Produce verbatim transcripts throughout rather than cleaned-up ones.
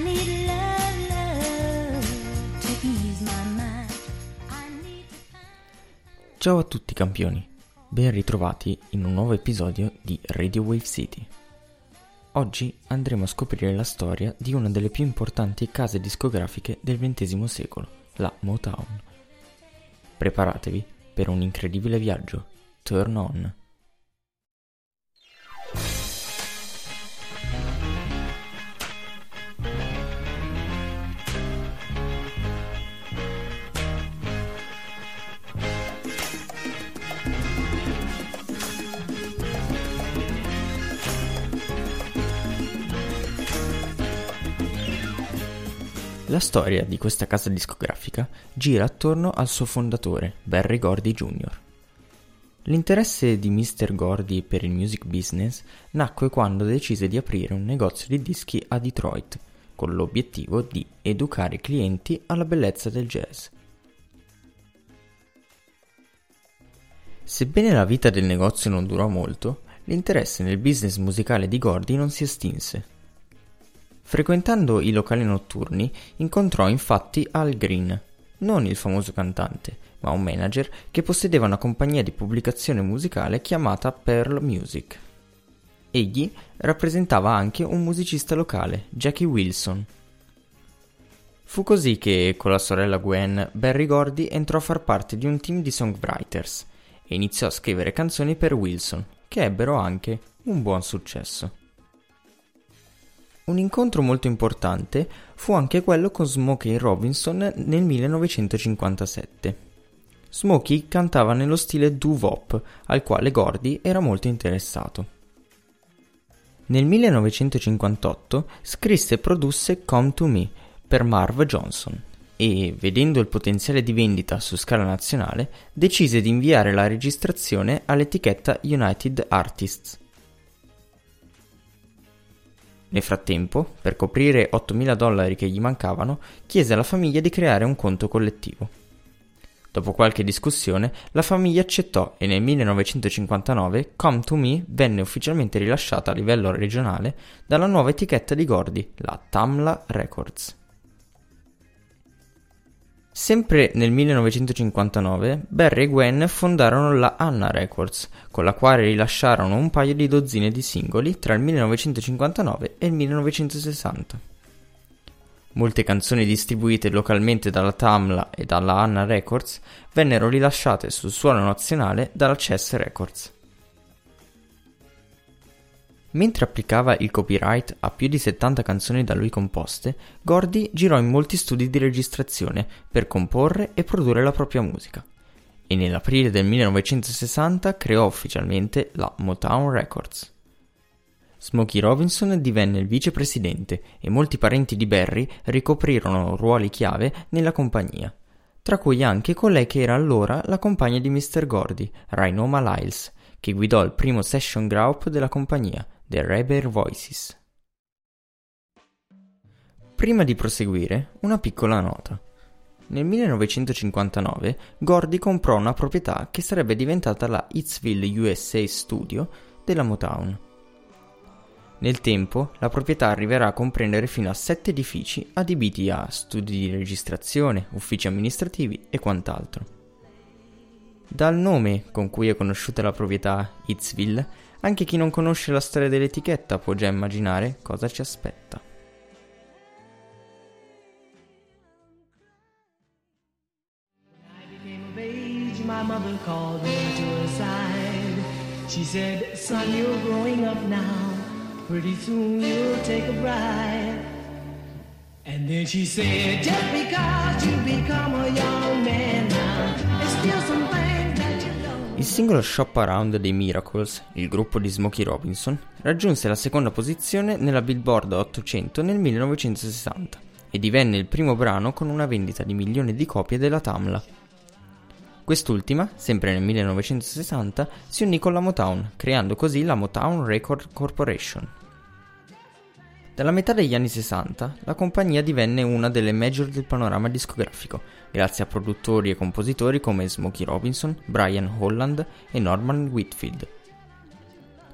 need love, love to ease my mind. I need to find... Ciao a tutti campioni, ben ritrovati in un nuovo episodio di Radio Wave City. Oggi andremo a scoprire la storia di una delle più importanti case discografiche del ventesimo secolo, la Motown. Preparatevi per un incredibile viaggio. Turn on! La storia di questa casa discografica gira attorno al suo fondatore, Berry Gordy junior L'interesse di mister Gordy per il music business nacque quando decise di aprire un negozio di dischi a Detroit, con l'obiettivo di educare i clienti alla bellezza del jazz. Sebbene la vita del negozio non durò molto, l'interesse nel business musicale di Gordy non si estinse. Frequentando i locali notturni, incontrò infatti Al Green, non il famoso cantante, ma un manager che possedeva una compagnia di pubblicazione musicale chiamata Pearl Music. Egli rappresentava anche un musicista locale, Jackie Wilson. Fu così che, con la sorella Gwen, Berry Gordy entrò a far parte di un team di songwriters e iniziò a scrivere canzoni per Wilson, che ebbero anche un buon successo. Un incontro molto importante fu anche quello con Smokey Robinson nel millenovecentocinquantasette. Smokey cantava nello stile doo-wop, al quale Gordy era molto interessato. Nel millenovecentocinquantotto scrisse e produsse Come to Me per Marv Johnson e, vedendo il potenziale di vendita su scala nazionale, decise di inviare la registrazione all'etichetta United Artists. Nel frattempo, per coprire ottomila dollari che gli mancavano, chiese alla famiglia di creare un conto collettivo. Dopo qualche discussione, la famiglia accettò e nel millenovecentocinquantanove Come to Me venne ufficialmente rilasciata a livello regionale dalla nuova etichetta di Gordy, la Tamla Records. Sempre nel millenovecentocinquantanove, Berry e Gwen fondarono la Anna Records, con la quale rilasciarono un paio di dozzine di singoli tra il millenovecentocinquantanove e il millenovecentosessanta. Molte canzoni distribuite localmente dalla Tamla e dalla Anna Records vennero rilasciate sul suolo nazionale dalla Chess Records. Mentre applicava il copyright a più di settanta canzoni da lui composte, Gordy girò in molti studi di registrazione per comporre e produrre la propria musica. E nell'aprile del millenovecentosessanta creò ufficialmente la Motown Records. Smokey Robinson divenne il vicepresidente e molti parenti di Berry ricoprirono ruoli chiave nella compagnia, tra cui anche colei che era allora la compagna di mister Gordy, Rainoma Lyles, che guidò il primo session group della compagnia, The Rare Voices. Prima di proseguire, una piccola nota. Nel millenovecentocinquantanove Gordy comprò una proprietà che sarebbe diventata la Hitsville U S A Studio della Motown. Nel tempo, la proprietà arriverà a comprendere fino a sette edifici adibiti a studi di registrazione, uffici amministrativi e quant'altro. Dal nome con cui è conosciuta la proprietà Hitsville, anche chi non conosce la storia dell'etichetta può già immaginare cosa ci aspetta. My mother called me to her side. She said, son, you're growing up now. Pretty soon you'll take a bride. And then she said, just because you become a young man now, there's still some things that you know. Il singolo Shop Around dei Miracles, il gruppo di Smokey Robinson, raggiunse la seconda posizione nella Billboard ottocento nel millenovecentosessanta e divenne il primo brano con una vendita di milioni di copie della Tamla. Quest'ultima, sempre nel millenovecentosessanta, si unì con la Motown, creando così la Motown Record Corporation. Dalla metà degli anni sessanta, la compagnia divenne una delle major del panorama discografico, grazie a produttori e compositori come Smokey Robinson, Brian Holland e Norman Whitfield.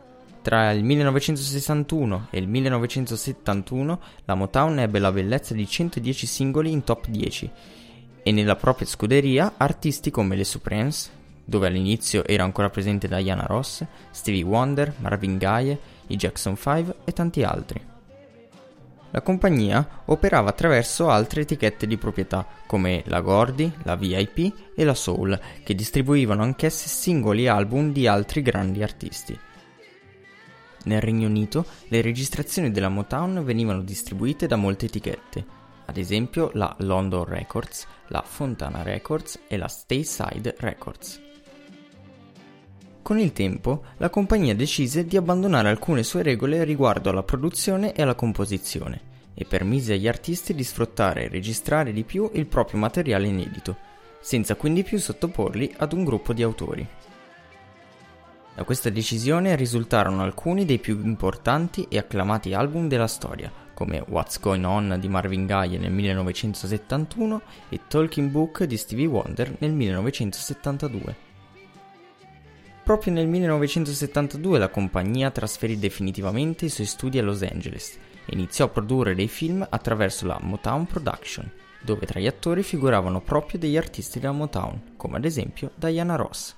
Tra il millenovecentosessantuno e il millenovecentosettantuno la Motown ebbe la bellezza di centodieci singoli in top dieci e nella propria scuderia artisti come le Supremes, dove all'inizio era ancora presente Diana Ross, Stevie Wonder, Marvin Gaye, i Jackson five e tanti altri. La compagnia operava attraverso altre etichette di proprietà come la Gordy, la V I P e la Soul, che distribuivano anch'esse singoli album di altri grandi artisti. Nel Regno Unito le registrazioni della Motown venivano distribuite da molte etichette, ad esempio la London Records, la Fontana Records e la Stayside Records. Con il tempo, la compagnia decise di abbandonare alcune sue regole riguardo alla produzione e alla composizione e permise agli artisti di sfruttare e registrare di più il proprio materiale inedito, senza quindi più sottoporli ad un gruppo di autori. Da questa decisione risultarono alcuni dei più importanti e acclamati album della storia, come What's Going On di Marvin Gaye nel millenovecentosettantuno e Talking Book di Stevie Wonder nel millenovecentosettantadue. Proprio nel millenovecentosettantadue la compagnia trasferì definitivamente i suoi studi a Los Angeles e iniziò a produrre dei film attraverso la Motown Production, dove tra gli attori figuravano proprio degli artisti della Motown, come ad esempio Diana Ross.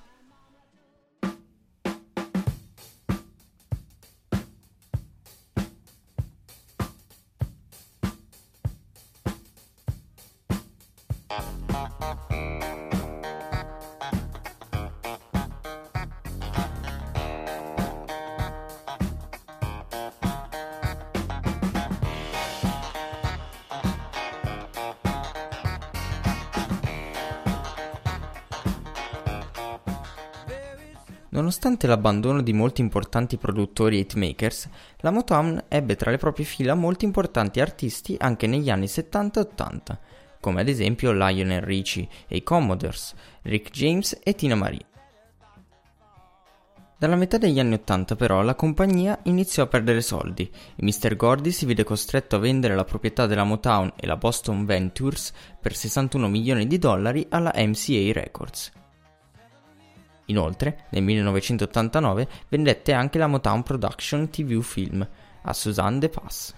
Nonostante l'abbandono di molti importanti produttori e hitmakers, la Motown ebbe tra le proprie fila molti importanti artisti anche negli anni settanta e ottanta, come ad esempio Lionel Richie e i Commodores, Rick James e Tina Marie. Dalla metà degli anni ottanta però la compagnia iniziò a perdere soldi e mister Gordy si vide costretto a vendere la proprietà della Motown e la Boston Ventures per sessantuno milioni di dollari alla M C A Records. Inoltre, nel millenovecentottantanove vendette anche la Motown Production T V Film a Suzanne de Pass.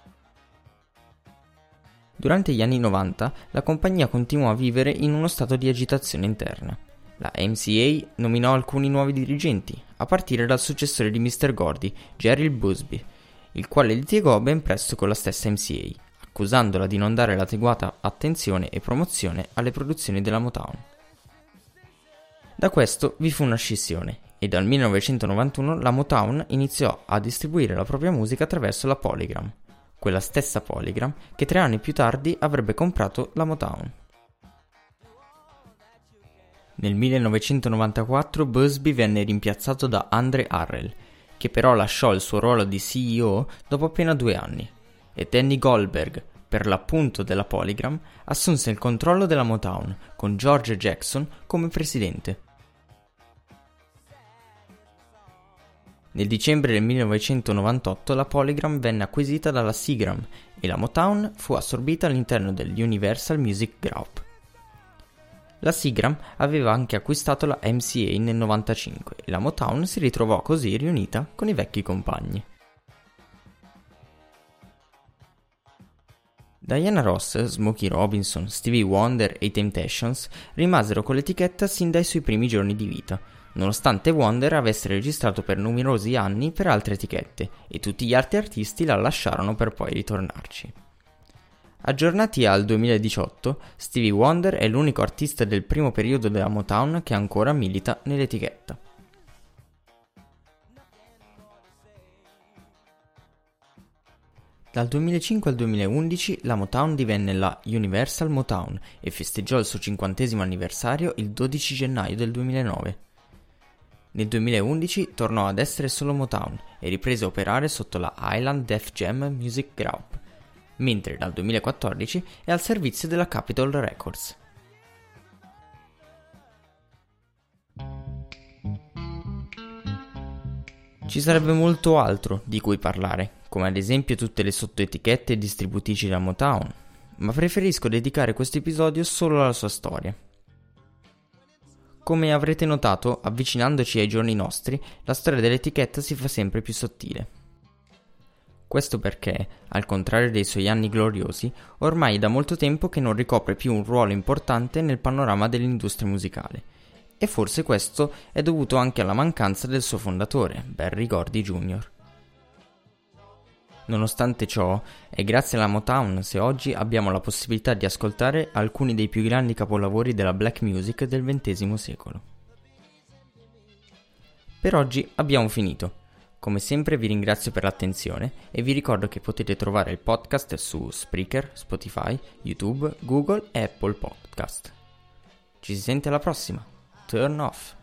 Durante gli anni novanta la compagnia continuò a vivere in uno stato di agitazione interna. La M C A nominò alcuni nuovi dirigenti, a partire dal successore di mister Gordy, Gerald Busby, il quale litigò ben presto con la stessa M C A, accusandola di non dare l'adeguata attenzione e promozione alle produzioni della Motown. Da questo vi fu una scissione e dal millenovecentonovantuno la Motown iniziò a distribuire la propria musica attraverso la Polygram, quella stessa Polygram che tre anni più tardi avrebbe comprato la Motown. Nel millenovecentonovantaquattro Busby venne rimpiazzato da Andre Harrell, che però lasciò il suo ruolo di C E O dopo appena due anni, e Danny Goldberg, per l'appunto della Polygram, assunse il controllo della Motown con George Jackson come presidente. Nel dicembre del millenovecentonovantotto la Polygram venne acquisita dalla Seagram e la Motown fu assorbita all'interno dell'Universal Music Group. La Seagram aveva anche acquistato la M C A nel novantacinque e la Motown si ritrovò così riunita con i vecchi compagni. Diana Ross, Smokey Robinson, Stevie Wonder e i Temptations rimasero con l'etichetta sin dai suoi primi giorni di vita, nonostante Wonder avesse registrato per numerosi anni per altre etichette e tutti gli altri artisti la lasciarono per poi ritornarci. Aggiornati al duemiladiciotto, Stevie Wonder è l'unico artista del primo periodo della Motown che ancora milita nell'etichetta. Dal duemilacinque al duemilaundici la Motown divenne la Universal Motown e festeggiò il suo cinquantesimo anniversario il dodici gennaio del duemilanove. Nel duemilaundici tornò ad essere solo Motown e riprese a operare sotto la Island Def Jam Music Group, mentre dal duemilaquattordici è al servizio della Capitol Records. Ci sarebbe molto altro di cui parlare, come ad esempio tutte le sottoetichette e distributrici della Motown, ma preferisco dedicare questo episodio solo alla sua storia. Come avrete notato, avvicinandoci ai giorni nostri, la storia dell'etichetta si fa sempre più sottile. Questo perché, al contrario dei suoi anni gloriosi, ormai è da molto tempo che non ricopre più un ruolo importante nel panorama dell'industria musicale. E forse questo è dovuto anche alla mancanza del suo fondatore, Berry Gordy junior Nonostante ciò, è grazie alla Motown se oggi abbiamo la possibilità di ascoltare alcuni dei più grandi capolavori della black music del ventesimo secolo. Per oggi abbiamo finito. Come sempre vi ringrazio per l'attenzione e vi ricordo che potete trovare il podcast su Spreaker, Spotify, YouTube, Google e Apple Podcast. Ci si sente alla prossima. Turn off!